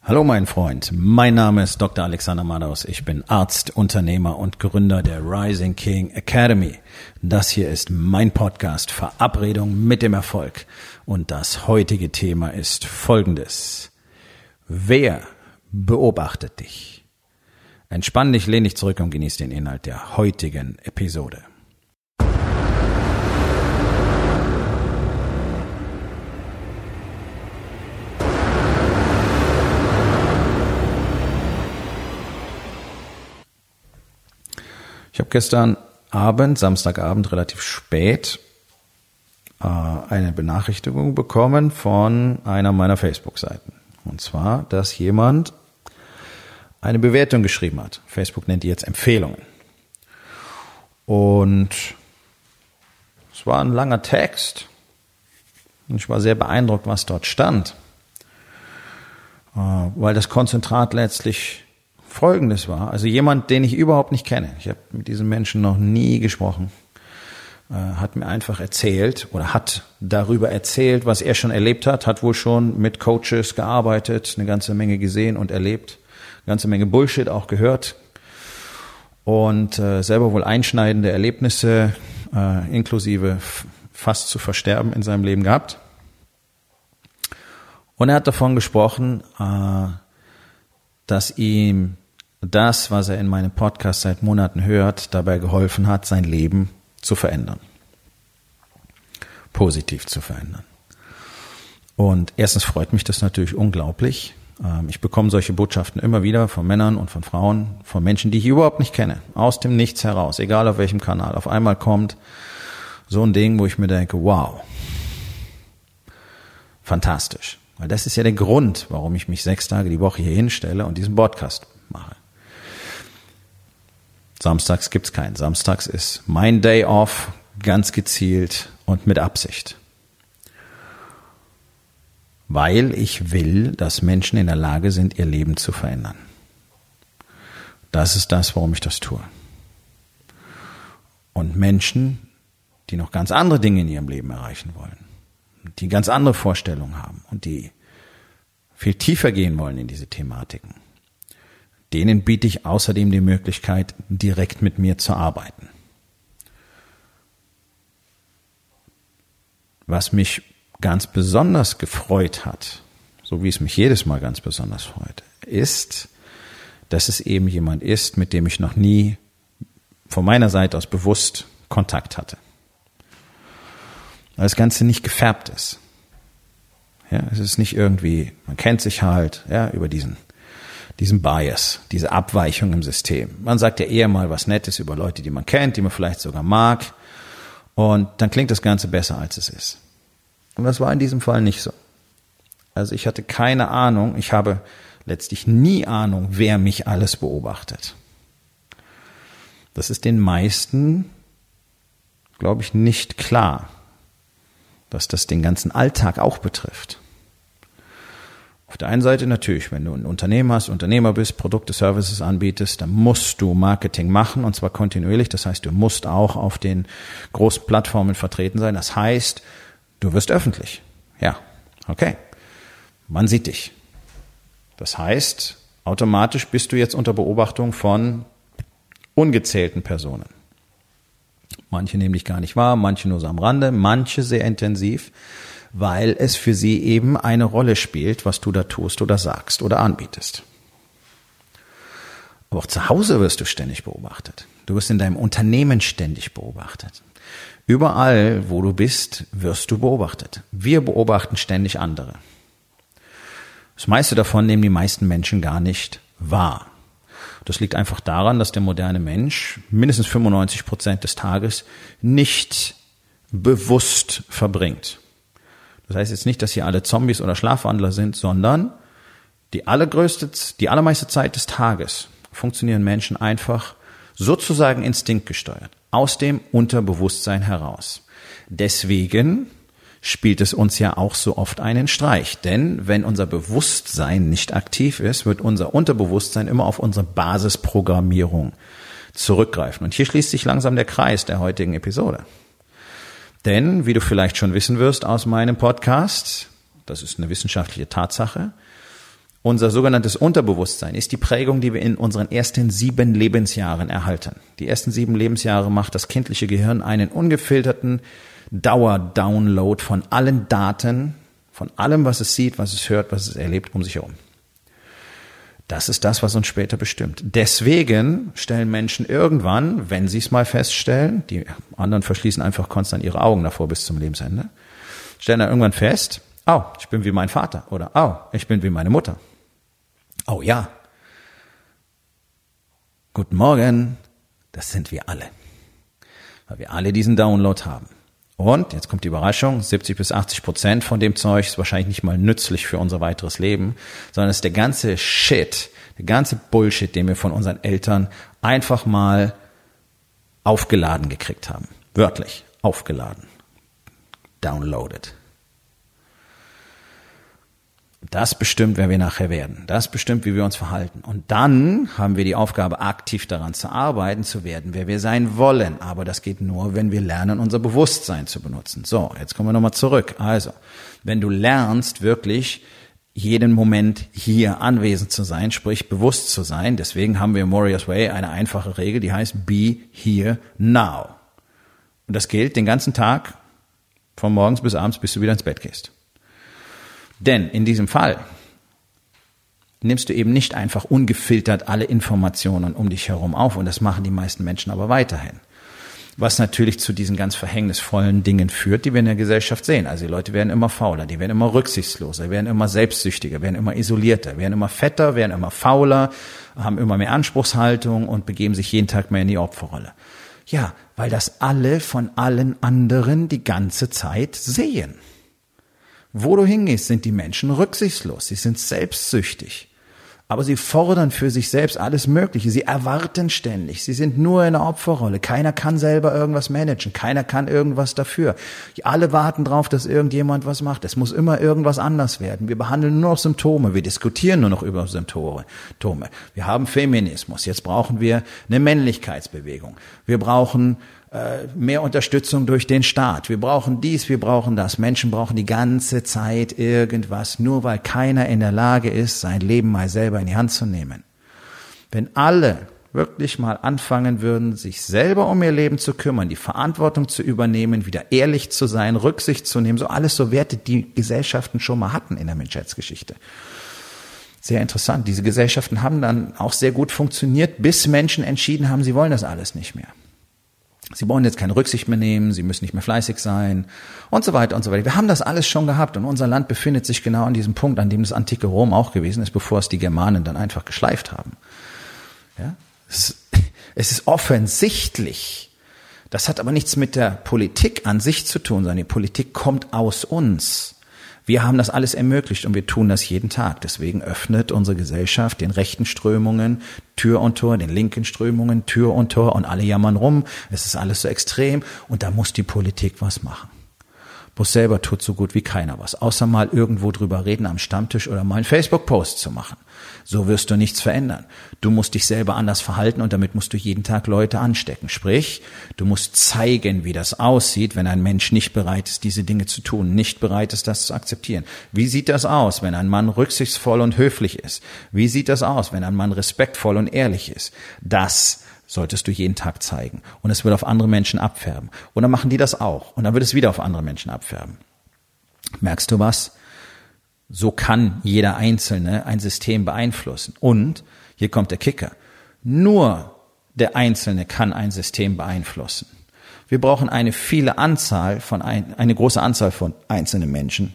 Hallo mein Freund, mein Name ist Dr. Alexander Madaus. Ich bin Arzt, Unternehmer und Gründer der Rising King Academy. Das hier ist mein Podcast Verabredung mit dem Erfolg. Und das heutige Thema ist folgendes. Wer beobachtet dich? Entspann dich, lehn dich zurück und genieß den Inhalt der heutigen Episode. Ich habe gestern Abend, Samstagabend, relativ spät eine Benachrichtigung bekommen von einer meiner Facebook-Seiten. Und zwar, dass jemand eine Bewertung geschrieben hat. Facebook nennt die jetzt Empfehlungen. Und es war ein langer Text. Und ich war sehr beeindruckt, was dort stand. Weil das Konzentrat letztlich Folgendes war, also jemand, den ich überhaupt nicht kenne, ich habe mit diesem Menschen noch nie gesprochen, hat mir einfach erzählt oder hat darüber erzählt, was er schon erlebt hat, hat wohl schon mit Coaches gearbeitet, eine ganze Menge gesehen und erlebt, eine ganze Menge Bullshit auch gehört und selber wohl einschneidende Erlebnisse inklusive fast zu versterben in seinem Leben gehabt. Und er hat davon gesprochen, dass ihm das, was er in meinem Podcast seit Monaten hört, dabei geholfen hat, sein Leben zu verändern. Positiv zu verändern. Und erstens freut mich das natürlich unglaublich. Ich bekomme solche Botschaften immer wieder von Männern und von Frauen, von Menschen, die ich überhaupt nicht kenne. Aus dem Nichts heraus, egal auf welchem Kanal. Auf einmal kommt so ein Ding, wo ich mir denke, wow, fantastisch. Weil das ist ja der Grund, warum ich mich 6 Tage die Woche hier hinstelle und diesen Podcast mache. Samstags gibt's keinen. Samstags ist mein Day off, ganz gezielt und mit Absicht. Weil ich will, dass Menschen in der Lage sind, ihr Leben zu verändern. Das ist das, warum ich das tue. Und Menschen, die noch ganz andere Dinge in ihrem Leben erreichen wollen, die ganz andere Vorstellungen haben und die viel tiefer gehen wollen in diese Thematiken, denen biete ich außerdem die Möglichkeit, direkt mit mir zu arbeiten. Was mich ganz besonders gefreut hat, so wie es mich jedes Mal ganz besonders freut, ist, dass es eben jemand ist, mit dem ich noch nie von meiner Seite aus bewusst Kontakt hatte. Weil das Ganze nicht gefärbt ist. Ja, es ist nicht irgendwie, man kennt sich halt, ja, über diesen Bias, diese Abweichung im System. Man sagt ja eher mal was Nettes über Leute, die man kennt, die man vielleicht sogar mag. Und dann klingt das Ganze besser, als es ist. Und das war in diesem Fall nicht so. Also ich hatte keine Ahnung, ich habe letztlich nie Ahnung, wer mich alles beobachtet. Das ist den meisten, glaube ich, nicht klar, dass das den ganzen Alltag auch betrifft. Auf der einen Seite natürlich, wenn du ein Unternehmen hast, Unternehmer bist, Produkte, Services anbietest, dann musst du Marketing machen und zwar kontinuierlich. Das heißt, du musst auch auf den großen Plattformen vertreten sein. Das heißt, du wirst öffentlich. Ja, okay. Man sieht dich. Das heißt, automatisch bist du jetzt unter Beobachtung von ungezählten Personen. Manche nehmen dich gar nicht wahr, manche nur so am Rande, manche sehr intensiv, weil es für sie eben eine Rolle spielt, was du da tust oder sagst oder anbietest. Aber auch zu Hause wirst du ständig beobachtet. Du wirst in deinem Unternehmen ständig beobachtet. Überall, wo du bist, wirst du beobachtet. Wir beobachten ständig andere. Das meiste davon nehmen die meisten Menschen gar nicht wahr. Das liegt einfach daran, dass der moderne Mensch mindestens 95% des Tages nicht bewusst verbringt. Das heißt jetzt nicht, dass hier alle Zombies oder Schlafwandler sind, sondern die allermeiste Zeit des Tages funktionieren Menschen einfach sozusagen instinktgesteuert, aus dem Unterbewusstsein heraus. Deswegen spielt es uns ja auch so oft einen Streich. Denn wenn unser Bewusstsein nicht aktiv ist, wird unser Unterbewusstsein immer auf unsere Basisprogrammierung zurückgreifen. Und hier schließt sich langsam der Kreis der heutigen Episode. Denn, wie du vielleicht schon wissen wirst aus meinem Podcast, das ist eine wissenschaftliche Tatsache, Unser sogenanntes Unterbewusstsein ist die Prägung, die wir in unseren ersten 7 Lebensjahren erhalten. Die ersten 7 Lebensjahre macht das kindliche Gehirn einen ungefilterten Dauerdownload von allen Daten, von allem, was es sieht, was es hört, was es erlebt um sich herum. Das ist das, was uns später bestimmt. Deswegen stellen Menschen irgendwann, wenn sie es mal feststellen, die anderen verschließen einfach konstant ihre Augen davor bis zum Lebensende, stellen dann irgendwann fest, oh, ich bin wie mein Vater oder oh, ich bin wie meine Mutter. Oh ja, guten Morgen, das sind wir alle, weil wir alle diesen Download haben. Und, jetzt kommt die Überraschung, 70-80% von dem Zeug ist wahrscheinlich nicht mal nützlich für unser weiteres Leben, sondern es ist der ganze Shit, der ganze Bullshit, den wir von unseren Eltern einfach mal aufgeladen gekriegt haben. Wörtlich, aufgeladen, downloaded. Das bestimmt, wer wir nachher werden. Das bestimmt, wie wir uns verhalten. Und dann haben wir die Aufgabe, aktiv daran zu arbeiten, zu werden, wer wir sein wollen. Aber das geht nur, wenn wir lernen, unser Bewusstsein zu benutzen. So, jetzt kommen wir nochmal zurück. Also, wenn du lernst, wirklich jeden Moment hier anwesend zu sein, sprich bewusst zu sein, deswegen haben wir im Warrior's Way eine einfache Regel, die heißt Be Here Now. Und das gilt den ganzen Tag, von morgens bis abends, bis du wieder ins Bett gehst. Denn in diesem Fall nimmst du eben nicht einfach ungefiltert alle Informationen um dich herum auf und das machen die meisten Menschen aber weiterhin. Was natürlich zu diesen ganz verhängnisvollen Dingen führt, die wir in der Gesellschaft sehen. Also die Leute werden immer fauler, die werden immer rücksichtsloser, werden immer selbstsüchtiger, werden immer isolierter, werden immer fetter, werden immer fauler, haben immer mehr Anspruchshaltung und begeben sich jeden Tag mehr in die Opferrolle. Ja, weil das alle von allen anderen die ganze Zeit sehen. Wo du hingehst, sind die Menschen rücksichtslos, sie sind selbstsüchtig. Aber sie fordern für sich selbst alles Mögliche, sie erwarten ständig, sie sind nur in der Opferrolle. Keiner kann selber irgendwas managen, keiner kann irgendwas dafür. Alle warten drauf, dass irgendjemand was macht. Es muss immer irgendwas anders werden. Wir behandeln nur noch Symptome, wir diskutieren nur noch über Symptome. Wir haben Feminismus, jetzt brauchen wir eine Männlichkeitsbewegung. Wir brauchen mehr Unterstützung durch den Staat. Wir brauchen dies, wir brauchen das. Menschen brauchen die ganze Zeit irgendwas, nur weil keiner in der Lage ist, sein Leben mal selber in die Hand zu nehmen. Wenn alle wirklich mal anfangen würden, sich selber um ihr Leben zu kümmern, die Verantwortung zu übernehmen, wieder ehrlich zu sein, Rücksicht zu nehmen, so alles so Werte, die Gesellschaften schon mal hatten in der Menschheitsgeschichte. Sehr interessant. Diese Gesellschaften haben dann auch sehr gut funktioniert, bis Menschen entschieden haben, sie wollen das alles nicht mehr. Sie wollen jetzt keine Rücksicht mehr nehmen, sie müssen nicht mehr fleißig sein und so weiter und so weiter. Wir haben das alles schon gehabt und unser Land befindet sich genau an diesem Punkt, an dem das antike Rom auch gewesen ist, bevor es die Germanen dann einfach geschleift haben. Ja? Es ist offensichtlich. Das hat aber nichts mit der Politik an sich zu tun, sondern die Politik kommt aus uns. Wir haben das alles ermöglicht und wir tun das jeden Tag. Deswegen öffnet unsere Gesellschaft den rechten Strömungen Tür und Tor, den linken Strömungen Tür und Tor und alle jammern rum. Es ist alles so extrem und da muss die Politik was machen. Bloß selber tut so gut wie keiner was, außer mal irgendwo drüber reden am Stammtisch oder mal einen Facebook-Post zu machen. So wirst du nichts verändern. Du musst dich selber anders verhalten und damit musst du jeden Tag Leute anstecken. Sprich, du musst zeigen, wie das aussieht, wenn ein Mensch nicht bereit ist, diese Dinge zu tun, nicht bereit ist, das zu akzeptieren. Wie sieht das aus, wenn ein Mann rücksichtsvoll und höflich ist? Wie sieht das aus, wenn ein Mann respektvoll und ehrlich ist? Das solltest du jeden Tag zeigen. Und es wird auf andere Menschen abfärben. Und dann machen die das auch. Und dann wird es wieder auf andere Menschen abfärben. Merkst du was? So kann jeder Einzelne ein System beeinflussen. Und, hier kommt der Kicker, nur der Einzelne kann ein System beeinflussen. Wir brauchen eine große Anzahl von einzelnen Menschen,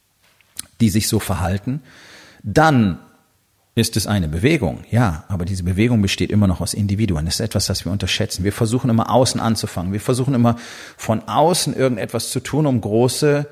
die sich so verhalten. Dann ist es eine Bewegung, ja, aber diese Bewegung besteht immer noch aus Individuen. Das ist etwas, das wir unterschätzen. Wir versuchen immer außen anzufangen. Wir versuchen immer von außen irgendetwas zu tun, um große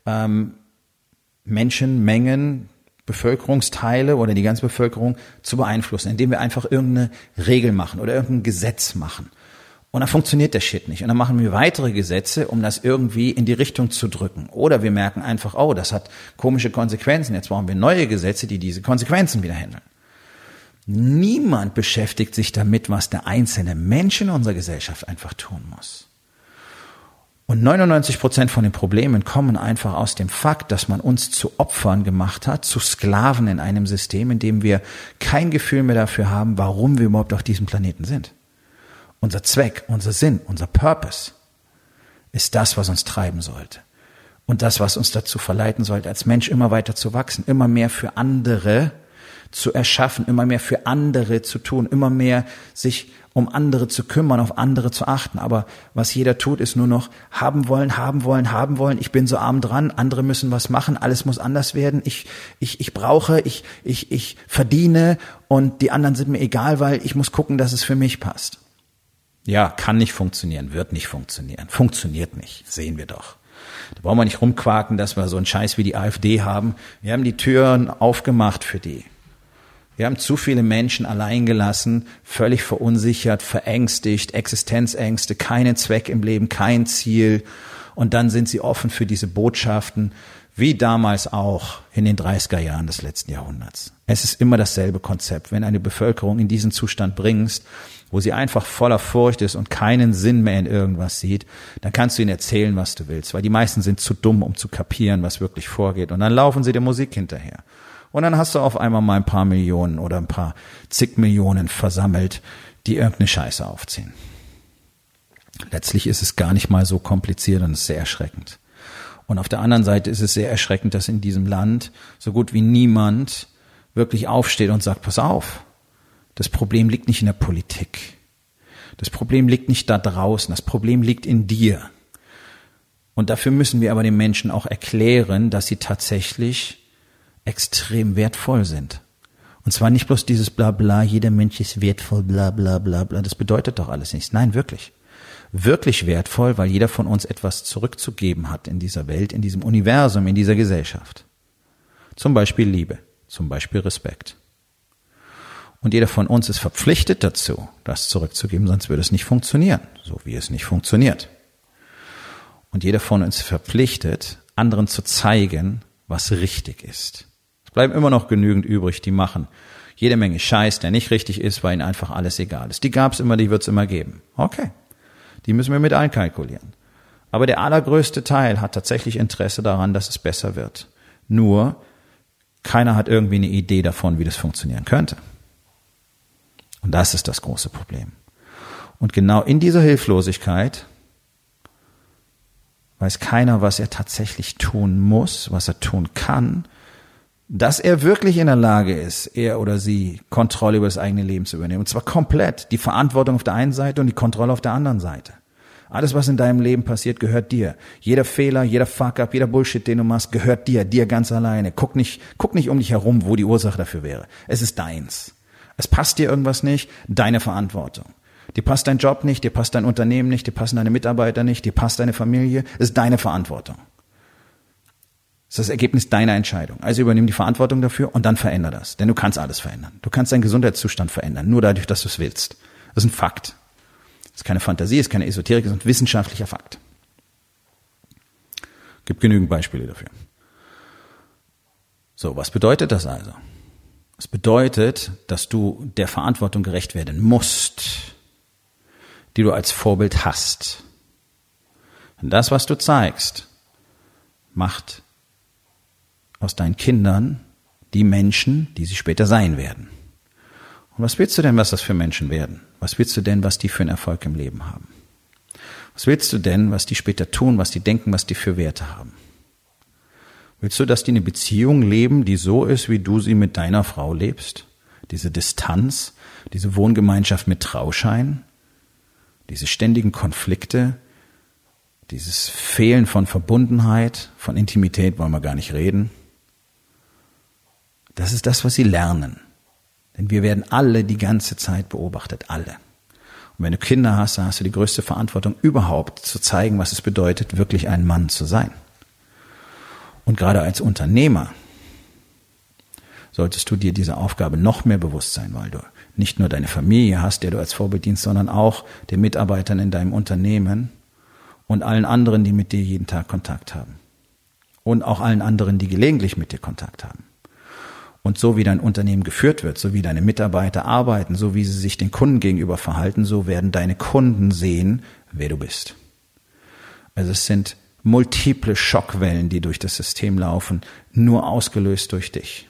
Menschenmengen, Bevölkerungsteile oder die ganze Bevölkerung zu beeinflussen, indem wir einfach irgendeine Regel machen oder irgendein Gesetz machen. Und dann funktioniert der Shit nicht. Und dann machen wir weitere Gesetze, um das irgendwie in die Richtung zu drücken. Oder wir merken einfach, oh, das hat komische Konsequenzen. Jetzt brauchen wir neue Gesetze, die diese Konsequenzen wieder handeln. Niemand beschäftigt sich damit, was der einzelne Mensch in unserer Gesellschaft einfach tun muss. Und 99% von den Problemen kommen einfach aus dem Fakt, dass man uns zu Opfern gemacht hat, zu Sklaven in einem System, in dem wir kein Gefühl mehr dafür haben, warum wir überhaupt auf diesem Planeten sind. Unser Zweck, unser Sinn, unser Purpose ist das, was uns treiben sollte. Und das, was uns dazu verleiten sollte, als Mensch immer weiter zu wachsen, immer mehr für andere zu erschaffen, immer mehr für andere zu tun, immer mehr sich um andere zu kümmern, auf andere zu achten. Aber was jeder tut, ist nur noch haben wollen, haben wollen, haben wollen. Ich bin so arm dran, andere müssen was machen, alles muss anders werden. Ich brauche, ich verdiene und die anderen sind mir egal, weil ich muss gucken, dass es für mich passt. Ja, kann nicht funktionieren, wird nicht funktionieren, funktioniert nicht, sehen wir doch. Da brauchen wir nicht rumquaken, dass wir so einen Scheiß wie die AfD haben. Wir haben die Türen aufgemacht für die. Wir haben zu viele Menschen allein gelassen, völlig verunsichert, verängstigt, Existenzängste, keinen Zweck im Leben, kein Ziel. Und dann sind sie offen für diese Botschaften, wie damals auch in den 30er Jahren des letzten Jahrhunderts. Es ist immer dasselbe Konzept. Wenn eine Bevölkerung in diesen Zustand bringst, wo sie einfach voller Furcht ist und keinen Sinn mehr in irgendwas sieht, dann kannst du ihnen erzählen, was du willst, weil die meisten sind zu dumm, um zu kapieren, was wirklich vorgeht. Und dann laufen sie der Musik hinterher. Und dann hast du auf einmal mal ein paar Millionen oder ein paar zig Millionen versammelt, die irgendeine Scheiße aufziehen. Letztlich ist es gar nicht mal so kompliziert und es ist sehr erschreckend. Und auf der anderen Seite ist es sehr erschreckend, dass in diesem Land so gut wie niemand wirklich aufsteht und sagt, pass auf, das Problem liegt nicht in der Politik. Das Problem liegt nicht da draußen. Das Problem liegt in dir. Und dafür müssen wir aber den Menschen auch erklären, dass sie tatsächlich extrem wertvoll sind. Und zwar nicht bloß dieses Blabla, jeder Mensch ist wertvoll, bla bla bla bla. Das bedeutet doch alles nichts. Nein, wirklich. Wirklich wertvoll, weil jeder von uns etwas zurückzugeben hat in dieser Welt, in diesem Universum, in dieser Gesellschaft. Zum Beispiel Liebe, zum Beispiel Respekt. Und jeder von uns ist verpflichtet dazu, das zurückzugeben, sonst würde es nicht funktionieren, so wie es nicht funktioniert. Und jeder von uns ist verpflichtet, anderen zu zeigen, was richtig ist. Es bleiben immer noch genügend übrig, die machen jede Menge Scheiß, der nicht richtig ist, weil ihnen einfach alles egal ist. Die gab es immer, die wird es immer geben. Okay, die müssen wir mit einkalkulieren. Aber der allergrößte Teil hat tatsächlich Interesse daran, dass es besser wird. Nur, keiner hat irgendwie eine Idee davon, wie das funktionieren könnte. Und das ist das große Problem. Und genau in dieser Hilflosigkeit weiß keiner, was er tatsächlich tun muss, was er tun kann, dass er wirklich in der Lage ist, er oder sie Kontrolle über das eigene Leben zu übernehmen. Und zwar komplett. Die Verantwortung auf der einen Seite und die Kontrolle auf der anderen Seite. Alles, was in deinem Leben passiert, gehört dir. Jeder Fehler, jeder Fuck-up, jeder Bullshit, den du machst, gehört dir ganz alleine. Guck nicht um dich herum, wo die Ursache dafür wäre. Es ist deins. Es passt dir irgendwas nicht, deine Verantwortung. Dir passt dein Job nicht, dir passt dein Unternehmen nicht, dir passen deine Mitarbeiter nicht, dir passt deine Familie. Es ist deine Verantwortung. Es ist das Ergebnis deiner Entscheidung. Also übernimm die Verantwortung dafür und dann veränder das. Denn du kannst alles verändern. Du kannst deinen Gesundheitszustand verändern, nur dadurch, dass du es willst. Das ist ein Fakt. Das ist keine Fantasie, das ist keine Esoterik, das ist ein wissenschaftlicher Fakt. Gibt genügend Beispiele dafür. So, was bedeutet das also? Es bedeutet, dass du der Verantwortung gerecht werden musst, die du als Vorbild hast. Denn das, was du zeigst, macht aus deinen Kindern die Menschen, die sie später sein werden. Und was willst du denn, was das für Menschen werden? Was willst du denn, was die für einen Erfolg im Leben haben? Was willst du denn, was die später tun, was die denken, was die für Werte haben? Willst du, dass die eine Beziehung leben, die so ist, wie du sie mit deiner Frau lebst? Diese Distanz, diese Wohngemeinschaft mit Trauschein, diese ständigen Konflikte, dieses Fehlen von Verbundenheit, von Intimität wollen wir gar nicht reden. Das ist das, was sie lernen. Denn wir werden alle die ganze Zeit beobachtet, alle. Und wenn du Kinder hast, dann hast du die größte Verantwortung überhaupt, zu zeigen, was es bedeutet, wirklich ein Mann zu sein. Und gerade als Unternehmer solltest du dir dieser Aufgabe noch mehr bewusst sein, weil du nicht nur deine Familie hast, der du als Vorbild dienst, sondern auch den Mitarbeitern in deinem Unternehmen und allen anderen, die mit dir jeden Tag Kontakt haben. Und auch allen anderen, die gelegentlich mit dir Kontakt haben. Und so wie dein Unternehmen geführt wird, so wie deine Mitarbeiter arbeiten, so wie sie sich den Kunden gegenüber verhalten, so werden deine Kunden sehen, wer du bist. Also es sind multiple Schockwellen, die durch das System laufen, nur ausgelöst durch dich.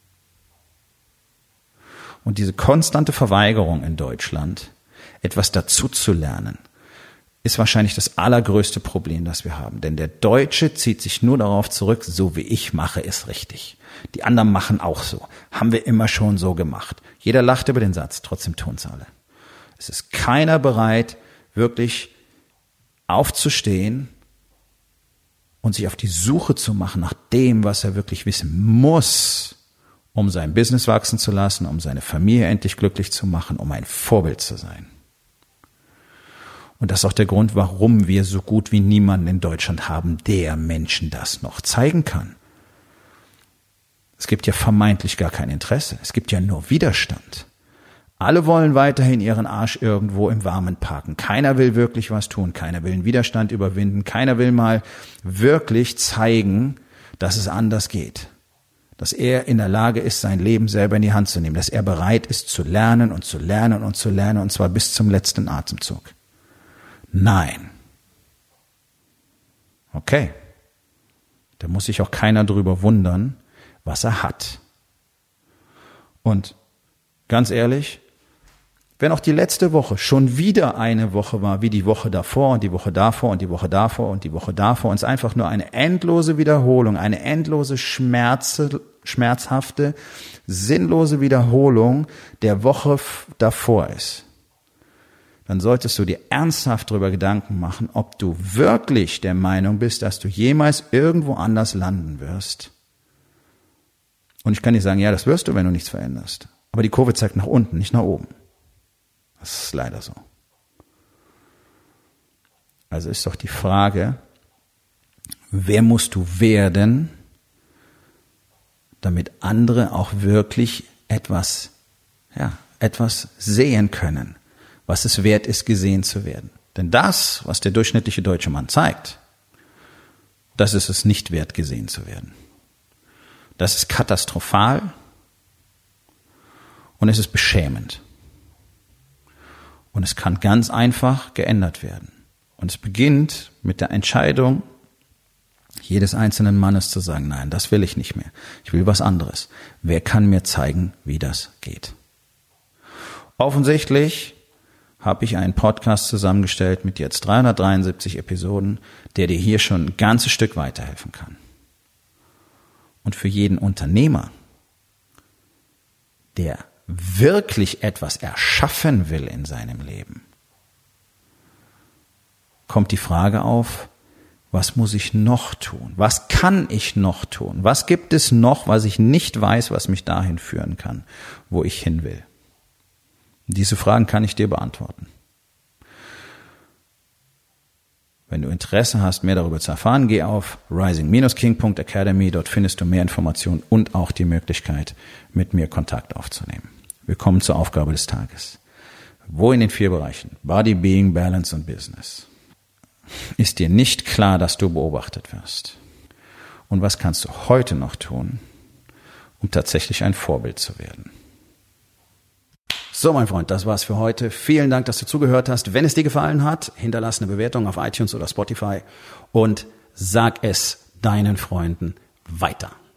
Und diese konstante Verweigerung in Deutschland, etwas dazu zu lernen, ist wahrscheinlich das allergrößte Problem, das wir haben. Denn der Deutsche zieht sich nur darauf zurück, so wie ich mache, ist richtig. Die anderen machen auch so. Haben wir immer schon so gemacht. Jeder lacht über den Satz, trotzdem tun's alle. Es ist keiner bereit, wirklich aufzustehen und sich auf die Suche zu machen nach dem, was er wirklich wissen muss, um sein Business wachsen zu lassen, um seine Familie endlich glücklich zu machen, um ein Vorbild zu sein. Und das ist auch der Grund, warum wir so gut wie niemanden in Deutschland haben, der Menschen das noch zeigen kann. Es gibt ja vermeintlich gar kein Interesse. Es gibt ja nur Widerstand. Alle wollen weiterhin ihren Arsch irgendwo im Warmen parken. Keiner will wirklich was tun. Keiner will einen Widerstand überwinden. Keiner will mal wirklich zeigen, dass es anders geht. Dass er in der Lage ist, sein Leben selber in die Hand zu nehmen. Dass er bereit ist zu lernen und zu lernen und zu lernen, und zwar bis zum letzten Atemzug. Nein. Okay. Da muss sich auch keiner drüber wundern, was er hat. Und ganz ehrlich, wenn auch die letzte Woche schon wieder eine Woche war, wie die Woche davor und die Woche davor und die Woche davor und die Woche davor, und es einfach nur eine endlose Wiederholung, eine endlose schmerzhafte, sinnlose Wiederholung der Woche davor ist, dann solltest du dir ernsthaft darüber Gedanken machen, ob du wirklich der Meinung bist, dass du jemals irgendwo anders landen wirst. Und ich kann dir sagen, ja, das wirst du, wenn du nichts veränderst. Aber die Kurve zeigt nach unten, nicht nach oben. Das ist leider so. Also ist doch die Frage, wer musst du werden, damit andere auch wirklich etwas sehen können, was es wert ist, gesehen zu werden. Denn das, was der durchschnittliche deutsche Mann zeigt, das ist es nicht wert, gesehen zu werden. Das ist katastrophal und es ist beschämend. Und es kann ganz einfach geändert werden. Und es beginnt mit der Entscheidung jedes einzelnen Mannes zu sagen, nein, das will ich nicht mehr. Ich will was anderes. Wer kann mir zeigen, wie das geht? Offensichtlich habe ich einen Podcast zusammengestellt mit jetzt 373 Episoden, der dir hier schon ein ganzes Stück weiterhelfen kann. Und für jeden Unternehmer, der wirklich etwas erschaffen will in seinem Leben, kommt die Frage auf, was muss ich noch tun? Was kann ich noch tun? Was gibt es noch, was ich nicht weiß, was mich dahin führen kann, wo ich hin will? Diese Fragen kann ich dir beantworten. Wenn du Interesse hast, mehr darüber zu erfahren, geh auf rising-king.academy. Dort findest du mehr Informationen und auch die Möglichkeit, mit mir Kontakt aufzunehmen. Wir kommen zur Aufgabe des Tages. Wo in den 4 Bereichen Body, Being, Balance und Business ist dir nicht klar, dass du beobachtet wirst? Und was kannst du heute noch tun, um tatsächlich ein Vorbild zu werden? So, mein Freund, das war's für heute. Vielen Dank, dass du zugehört hast. Wenn es dir gefallen hat, hinterlass eine Bewertung auf iTunes oder Spotify und sag es deinen Freunden weiter.